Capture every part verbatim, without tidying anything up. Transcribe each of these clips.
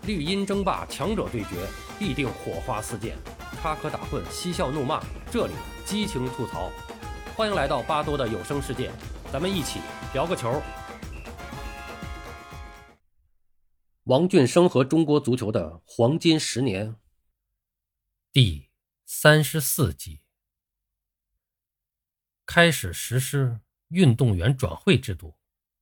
绿茵争霸，强者对决，必定火花四溅，插科打诨，嬉笑怒骂，这里激情吐槽。欢迎来到巴多的有声世界，咱们一起聊个球。王俊生和中国足球的黄金十年，第三十四集，开始实施运动员转会制度。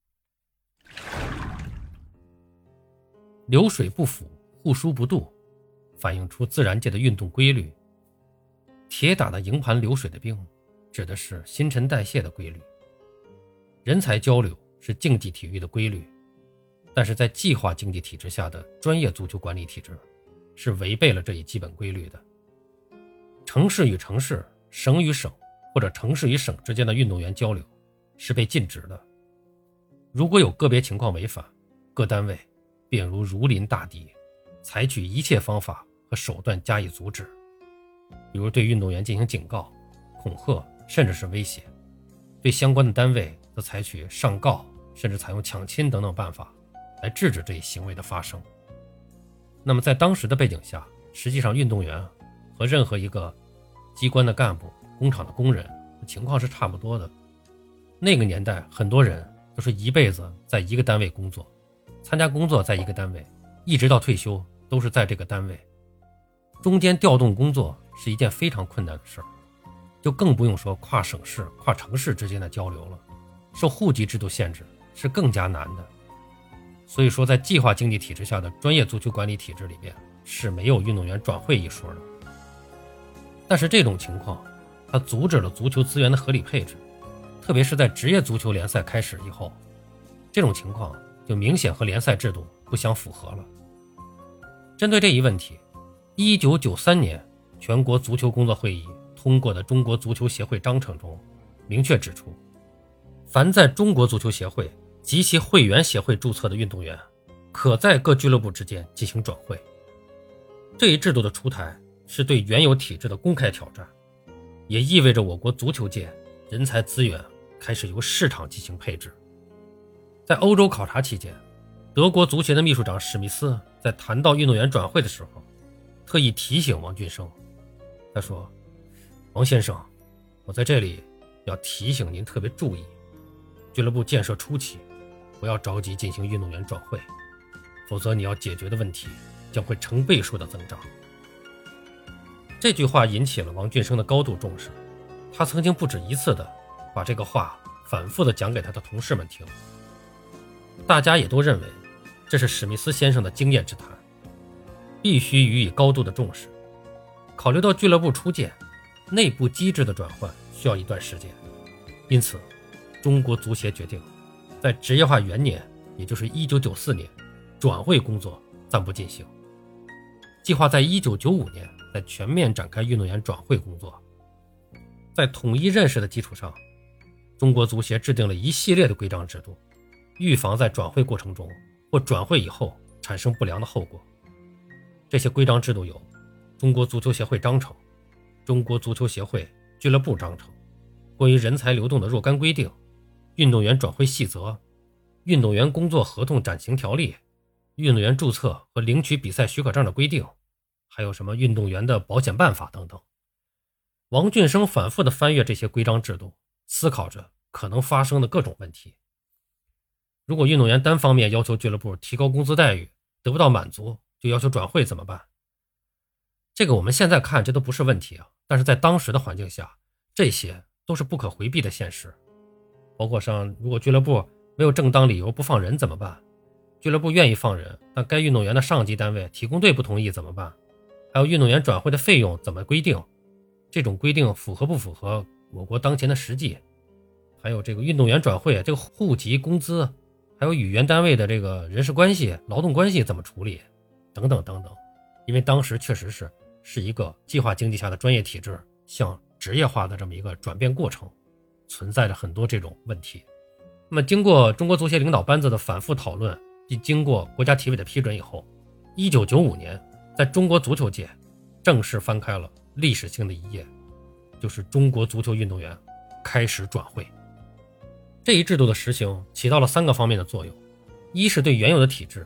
流水不腐，户枢不蠹，反映出自然界的运动规律。铁打的营盘流水的兵，指的是新陈代谢的规律。人才交流是竞技体育的规律，但是在计划经济体制下的专业足球管理体制是违背了这一基本规律的。城市与城市、省与省或者城市与省之间的运动员交流是被禁止的。如果有个别情况违反，各单位便如如临大敌，采取一切方法和手段加以阻止，比如对运动员进行警告、恐吓，甚至是威胁；对相关的单位则采取上告，甚至采用抢亲等等办法来制止这一行为的发生。那么在当时的背景下，实际上运动员和任何一个机关的干部、工厂的工人情况是差不多的。那个年代很多人都是一辈子在一个单位工作，参加工作在一个单位，一直到退休都是在这个单位，中间调动工作是一件非常困难的事儿，就更不用说跨省市、跨城市之间的交流了。受户籍制度限制是更加难的。所以说在计划经济体制下的专业足球管理体制里面是没有运动员转会一说的。但是这种情况它阻止了足球资源的合理配置，特别是在职业足球联赛开始以后，这种情况就明显和联赛制度不相符合了。针对这一问题，一九九三年全国足球工作会议通过的中国足球协会章程中明确指出，凡在中国足球协会及其会员协会注册的运动员，可在各俱乐部之间进行转会。这一制度的出台是对原有体制的公开挑战，也意味着我国足球界人才资源开始由市场进行配置。在欧洲考察期间，德国足协的秘书长史密斯在谈到运动员转会的时候，特意提醒王俊生，他说：王先生，我在这里要提醒您特别注意，俱乐部建设初期不要着急进行运动员转会，否则你要解决的问题将会成倍数的增长。这句话引起了王俊生的高度重视，他曾经不止一次的把这个话反复的讲给他的同事们听。大家也都认为这是史密斯先生的经验之谈，必须予以高度的重视。考虑到俱乐部初建，内部机制的转换需要一段时间，因此中国足协决定在职业化元年，也就是一九九四年，转会工作暂不进行，计划在一九九五年再全面展开运动员转会工作。在统一认识的基础上，中国足协制定了一系列的规章制度，预防在转会过程中或转会以后产生不良的后果。这些规章制度有中国足球协会章程、中国足球协会俱乐部章程、关于人才流动的若干规定、运动员转会细则、运动员工作合同暂行条例、运动员注册和领取比赛许可证的规定，还有什么运动员的保险办法等等。王俊生反复地翻阅这些规章制度，思考着可能发生的各种问题。如果运动员单方面要求俱乐部提高工资待遇得不到满足，就要求转会怎么办？这个我们现在看这都不是问题啊，但是在当时的环境下，这些都是不可回避的现实。包括上如果俱乐部没有正当理由不放人怎么办？俱乐部愿意放人，但该运动员的上级单位体工队不同意怎么办？还有运动员转会的费用怎么规定？这种规定符合不符合我国当前的实际？还有这个运动员转会这个户籍、工资，还有与原单位的这个人事关系、劳动关系怎么处理等等等等。因为当时确实是是一个计划经济下的专业体制向职业化的这么一个转变过程，存在着很多这种问题。那么经过中国足协领导班子的反复讨论，并经过国家体委的批准以后，一九九五年在中国足球界正式翻开了历史性的一页，就是中国足球运动员开始转会。这一制度的实行起到了三个方面的作用：一是对原有的体制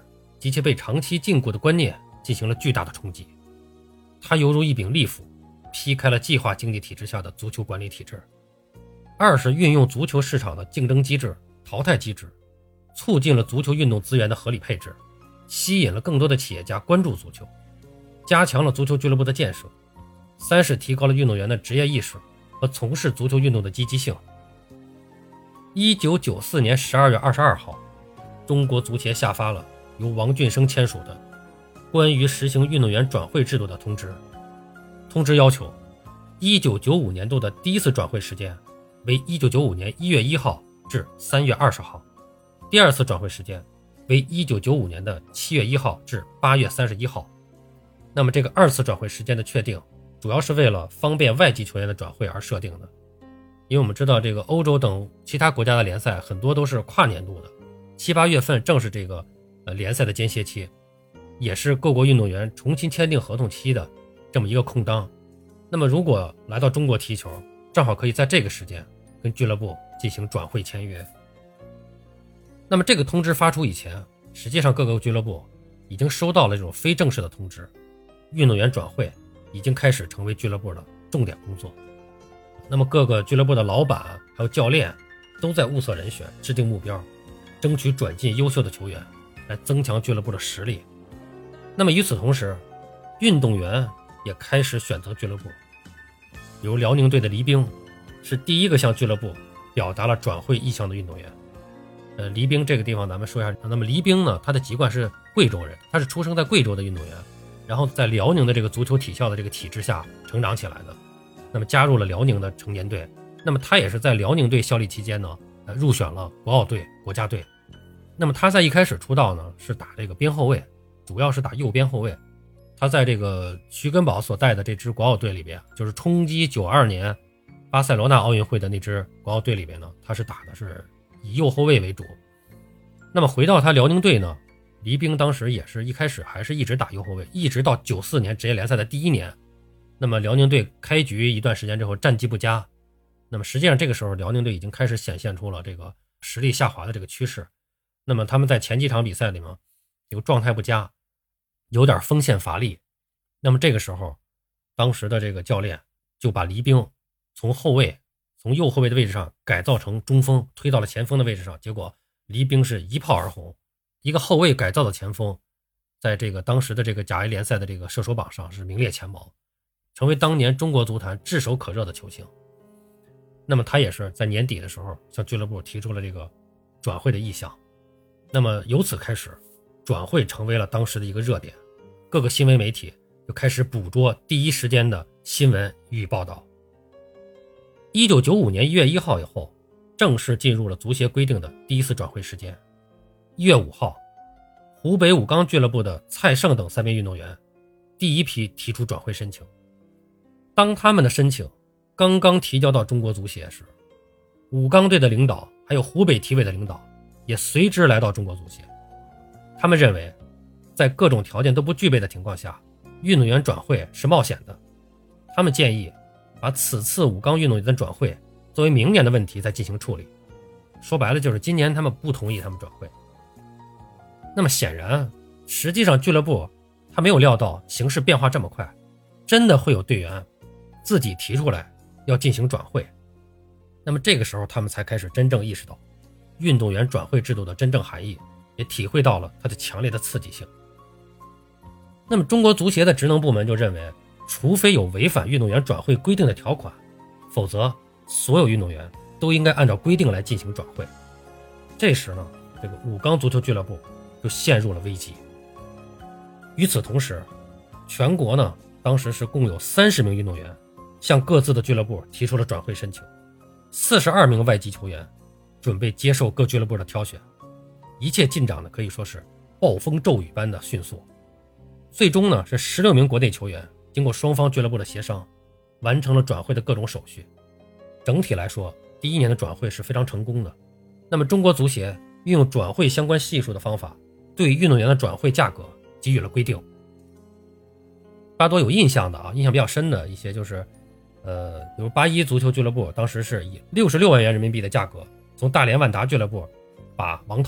及其被长期禁锢的观念进行了巨大的冲击。它犹如一柄利斧，劈开了计划经济体制下的足球管理体制。二是运用足球市场的竞争机制、淘汰机制，促进了足球运动资源的合理配置，吸引了更多的企业家关注足球，加强了足球俱乐部的建设。三是提高了运动员的职业意识和从事足球运动的积极性。一九九四年十二月二十二号，中国足协下发了由王俊生签署的关于实行运动员转会制度的通知。通知要求，一九九五年度的第一次转会时间为一九九五年一月一号至三月二十号，第二次转会时间为一九九五年的七月一号至八月三十一号。那么这个二次转会时间的确定，主要是为了方便外籍球员的转会而设定的。因为我们知道这个欧洲等其他国家的联赛很多都是跨年度的，七八月份正是这个呃联赛的间歇期，也是各国运动员重新签订合同期的这么一个空当。那么如果来到中国踢球，正好可以在这个时间跟俱乐部进行转会签约。那么这个通知发出以前，实际上各个俱乐部已经收到了这种非正式的通知，运动员转会已经开始成为俱乐部的重点工作。那么各个俱乐部的老板还有教练都在物色人选，制定目标，争取转进优秀的球员，来增强俱乐部的实力。那么与此同时，运动员也开始选择俱乐部。比如辽宁队的黎兵是第一个向俱乐部表达了转会意向的运动员。呃，黎兵这个地方咱们说一下，那么黎兵呢，他的籍贯是贵州人，他是出生在贵州的运动员，然后在辽宁的这个足球体校的这个体制下成长起来的。那么加入了辽宁的成年队，那么他也是在辽宁队效力期间呢，呃，入选了国奥队、国家队。那么他在一开始出道呢，是打这个边后卫，主要是打右边后卫。他在这个徐根宝所带的这支国奥队里边，就是冲击九二年巴塞罗那奥运会的那支国奥队里边呢，他是打的是以右后卫为主。那么回到他辽宁队呢，黎兵当时也是一开始还是一直打右后卫，一直到九四年职业联赛的第一年。那么辽宁队开局一段时间之后战绩不佳，那么实际上这个时候辽宁队已经开始显现出了这个实力下滑的这个趋势。那么他们在前几场比赛里面有状态不佳，有点锋线乏力。那么这个时候当时的这个教练就把黎兵从后卫从右后卫的位置上改造成中锋，推到了前锋的位置上，结果黎兵是一炮而红，一个后卫改造的前锋在这个当时的这个甲 A 联赛的这个射手榜上是名列前茅，成为当年中国足坛炙手可热的球星。那么他也是在年底的时候向俱乐部提出了这个转会的意向。那么由此开始，转会成为了当时的一个热点，各个新闻媒体就开始捕捉第一时间的新闻予以报道。一九九五年一月一号以后，正式进入了足协规定的第一次转会时间。一月五号，湖北武钢俱乐部的蔡胜等三名运动员第一批提出转会申请。当他们的申请刚刚提交到中国足协时，武钢队的领导还有湖北体委的领导也随之来到中国足协。他们认为在各种条件都不具备的情况下，运动员转会是冒险的。他们建议把此次武钢运动员的转会作为明年的问题再进行处理。说白了就是今年他们不同意他们转会。那么显然实际上俱乐部他没有料到形势变化这么快，真的会有队员自己提出来要进行转会。那么这个时候他们才开始真正意识到运动员转会制度的真正含义，也体会到了它的强烈的刺激性。那么中国足协的职能部门就认为，除非有违反运动员转会规定的条款，否则所有运动员都应该按照规定来进行转会。这时呢，这个武钢足球俱乐部就陷入了危机。与此同时，全国呢当时是共有三十名运动员向各自的俱乐部提出了转会申请，四十二名外籍球员准备接受各俱乐部的挑选。一切进展呢可以说是暴风骤雨般的迅速。最终呢是十六名国内球员经过双方俱乐部的协商，完成了转会的各种手续。整体来说，第一年的转会是非常成功的。那么中国足协运用转会相关系数的方法，对运动员的转会价格给予了规定。大多有印象的啊，印象比较深的一些就是，呃，比如八一足球俱乐部当时是以六十六万元人民币的价格，从大连万达俱乐部把王涛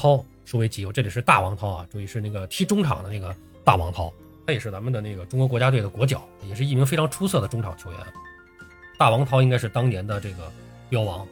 数为己有。这里是大王涛啊，注意是那个踢中场的那个大王涛，他也是咱们的那个中国国家队的国脚，也是一名非常出色的中场球员。大王涛应该是当年的这个标王。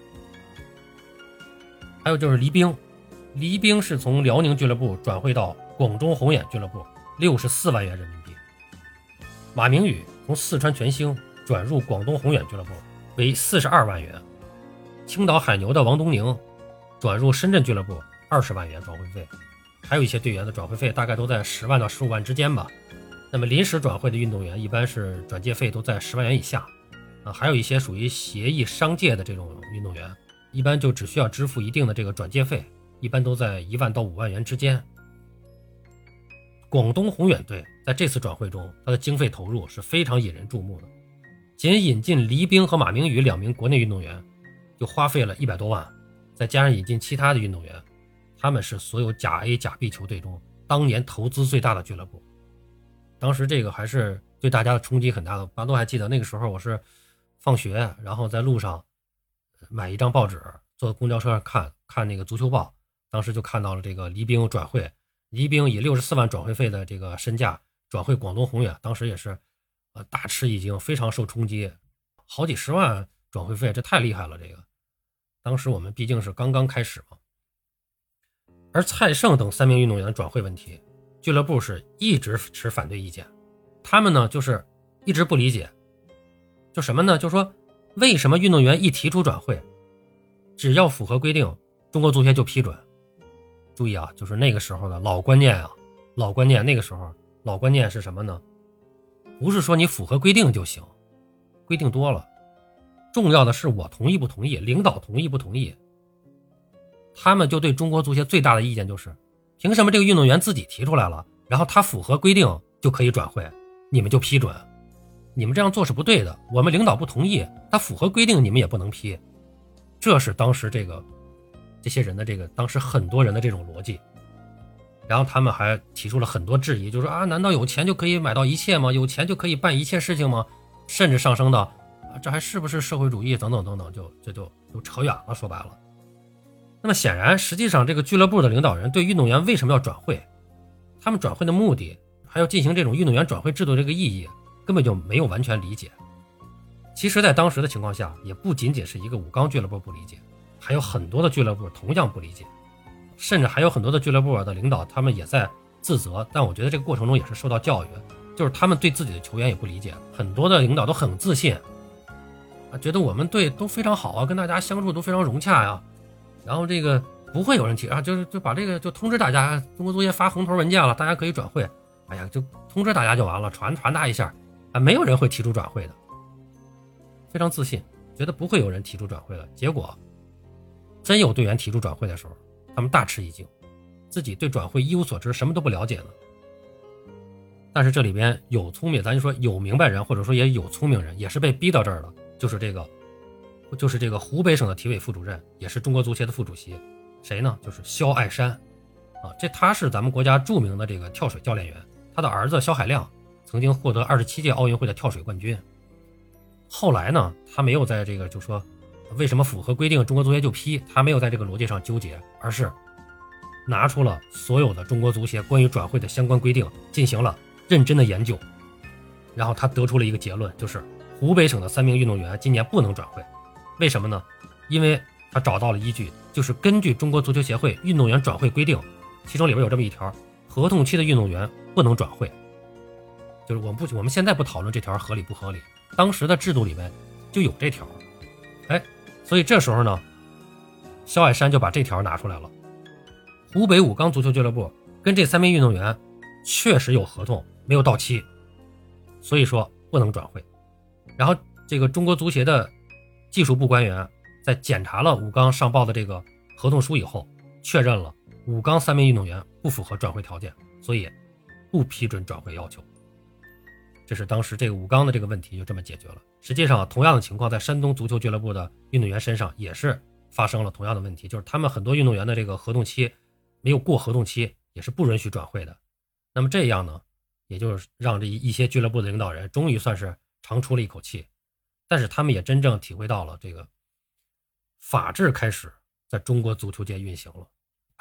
还有就是黎兵，黎兵是从辽宁俱乐部转会到广东宏远俱乐部，六十四万元人民币。马明宇从四川全兴转入广东宏远俱乐部，为四十二万元。青岛海牛的王东宁转入深圳俱乐部，二十万元转会费。还有一些队员的转会费大概都在十万到十五万之间吧。那么临时转会的运动员一般是转介费都在十万元以下啊，还有一些属于协议商界的这种运动员，一般就只需要支付一定的这个转介费，一般都在一万到五万元之间。广东宏远队在这次转会中，它的经费投入是非常引人注目的，仅引进黎兵和马明宇两名国内运动员就花费了一百多万，再加上引进其他的运动员，他们是所有甲 A 甲 B 球队中当年投资最大的俱乐部。当时这个还是对大家的冲击很大的，大家都还记得那个时候我是放学然后在路上买一张报纸，坐公交车上看看那个足球报，当时就看到了这个黎兵转会，黎兵以六十四万转会费的这个身价转会广东宏远，当时也是呃大吃一惊，非常受冲击，好几十万转会费，这太厉害了。这个当时我们毕竟是刚刚开始嘛。而蔡胜等三名运动员的转会问题，俱乐部是一直持反对意见，他们呢就是一直不理解，就什么呢？就说为什么运动员一提出转会，只要符合规定，中国足协就批准。注意啊，就是那个时候的老观念啊，老观念，那个时候老观念是什么呢？不是说你符合规定就行，规定多了，重要的是我同意不同意，领导同意不同意。他们就对中国足协最大的意见就是，凭什么这个运动员自己提出来了，然后他符合规定就可以转会，你们就批准？你们这样做是不对的，我们领导不同意，他符合规定你们也不能批。这是当时这个这些人的这个当时很多人的这种逻辑。然后他们还提出了很多质疑，就是说啊，难道有钱就可以买到一切吗？有钱就可以办一切事情吗？甚至上升到啊，这还是不是社会主义等等等等，就这就就扯远了，说白了。那么显然实际上这个俱乐部的领导人对运动员为什么要转会，他们转会的目的，还有进行这种运动员转会制度这个意义，根本就没有完全理解。其实在当时的情况下，也不仅仅是一个武钢俱乐部不理解，还有很多的俱乐部同样不理解，甚至还有很多的俱乐部的领导他们也在自责，但我觉得这个过程中也是受到教育，就是他们对自己的球员也不理解，很多的领导都很自信啊，觉得我们队都非常好啊，跟大家相处都非常融洽呀，然后这个不会有人提啊，就是就把这个就通知大家，中国足协发红头文件了，大家可以转会，哎呀，就通知大家就完了，传传达一下啊，没有人会提出转会的，非常自信，觉得不会有人提出转会的。结果真有队员提出转会的时候，他们大吃一惊，自己对转会一无所知，什么都不了解呢。但是这里边有聪明，咱就说有明白人，或者说也有聪明人，也是被逼到这儿的，就是这个就是这个湖北省的体委副主任，也是中国足协的副主席，谁呢？就是肖爱山啊，这他是咱们国家著名的这个跳水教练员，他的儿子肖海亮曾经获得二十七届奥运会的跳水冠军。后来呢，他没有在这个就说为什么符合规定中国足协就批，他没有在这个逻辑上纠结，而是拿出了所有的中国足协关于转会的相关规定，进行了认真的研究，然后他得出了一个结论，就是湖北省的三名运动员今年不能转会。为什么呢？因为他找到了依据，就是根据中国足球协会运动员转会规定，其中里边有这么一条，合同期的运动员不能转会。就是我们不我们现在不讨论这条合理不合理，当时的制度里面就有这条。哎，所以这时候呢，肖爱山就把这条拿出来了。湖北武钢足球俱乐部跟这三名运动员确实有合同没有到期，所以说不能转会。然后这个中国足协的技术部官员在检查了武钢上报的这个合同书以后，确认了武钢三名运动员不符合转会条件，所以不批准转会要求。这是当时这个武钢的这个问题就这么解决了。实际上同样的情况在山东足球俱乐部的运动员身上也是发生了同样的问题，就是他们很多运动员的这个合同期没有过合同期，也是不允许转会的。那么这样呢，也就是让这一些俱乐部的领导人终于算是长出了一口气，但是他们也真正体会到了这个法治开始在中国足球界运行了，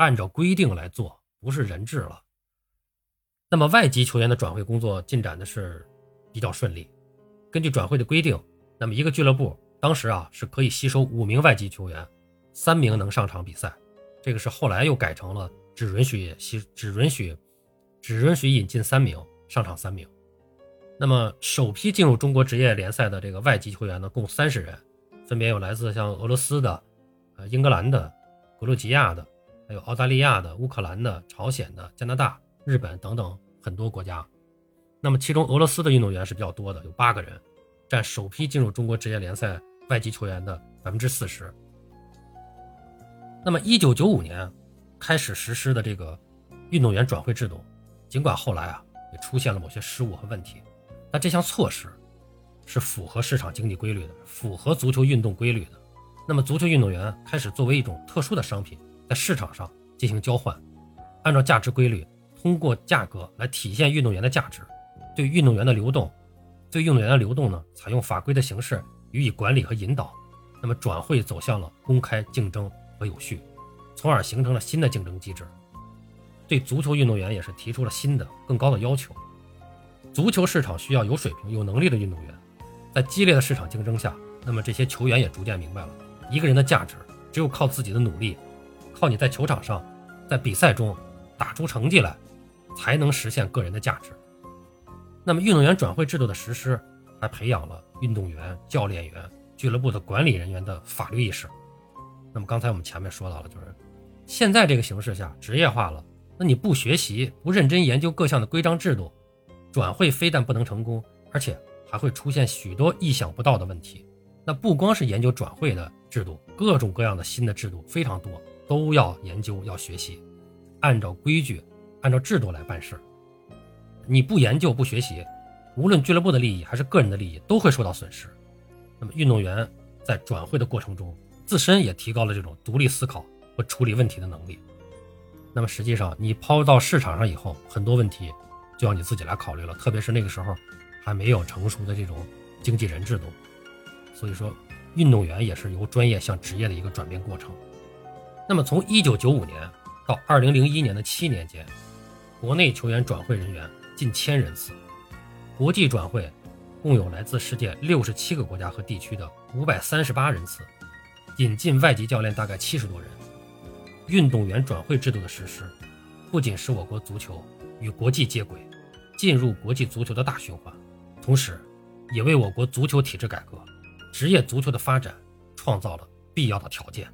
按照规定来做，不是人治了。那么外籍球员的转会工作进展的是比较顺利。根据转会的规定，那么一个俱乐部当时啊是可以吸收五名外籍球员，三名能上场比赛。这个是后来又改成了只允许只允许只允许引进三名，上场三名。那么首批进入中国职业联赛的这个外籍球员呢，共三十人，分别有来自像俄罗斯的、呃英格兰的、格鲁吉亚的，还有澳大利亚的、乌克兰的、朝鲜的、加拿大、日本等等很多国家。那么其中俄罗斯的运动员是比较多的，有八个人，占首批进入中国职业联赛外籍球员的 百分之四十。 那么一九九五年开始实施的这个运动员转会制度，尽管后来啊也出现了某些失误和问题，但这项措施是符合市场经济规律的，符合足球运动规律的。那么足球运动员开始作为一种特殊的商品在市场上进行交换，按照价值规律，通过价格来体现运动员的价值。对运动员的流动对运动员的流动呢，采用法规的形式予以管理和引导。那么转会走向了公开、竞争和有序，从而形成了新的竞争机制。对足球运动员也是提出了新的更高的要求。足球市场需要有水平有能力的运动员，在激烈的市场竞争下，那么这些球员也逐渐明白了，一个人的价值只有靠自己的努力，靠你在球场上在比赛中打出成绩来，才能实现个人的价值。那么运动员转会制度的实施还培养了运动员、教练员、俱乐部的管理人员的法律意识。那么刚才我们前面说到了，就是现在这个形势下职业化了，那你不学习不认真研究各项的规章制度，转会非但不能成功，而且还会出现许多意想不到的问题。那不光是研究转会的制度，各种各样的新的制度非常多，都要研究要学习，按照规矩按照制度来办事。你不研究不学习，无论俱乐部的利益还是个人的利益都会受到损失。那么运动员在转会的过程中，自身也提高了这种独立思考和处理问题的能力。那么实际上你抛到市场上以后，很多问题就要你自己来考虑了，特别是那个时候还没有成熟的这种经纪人制度。所以说运动员也是由专业向职业的一个转变过程。那么从一九九五年到二零零一年的七年间，国内球员转会人员近千人次，国际转会共有来自世界六十七个国家和地区的五百三十八人次，引进外籍教练大概七十多人。运动员转会制度的实施，不仅使我国足球与国际接轨，进入国际足球的大循环，同时也为我国足球体制改革、职业足球的发展创造了必要的条件。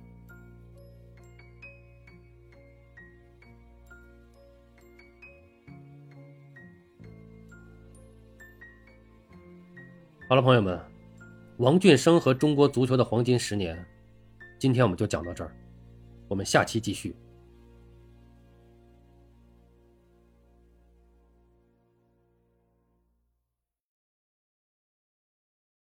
好了，朋友们，王俊生和中国足球的黄金十年，今天我们就讲到这儿，我们下期继续。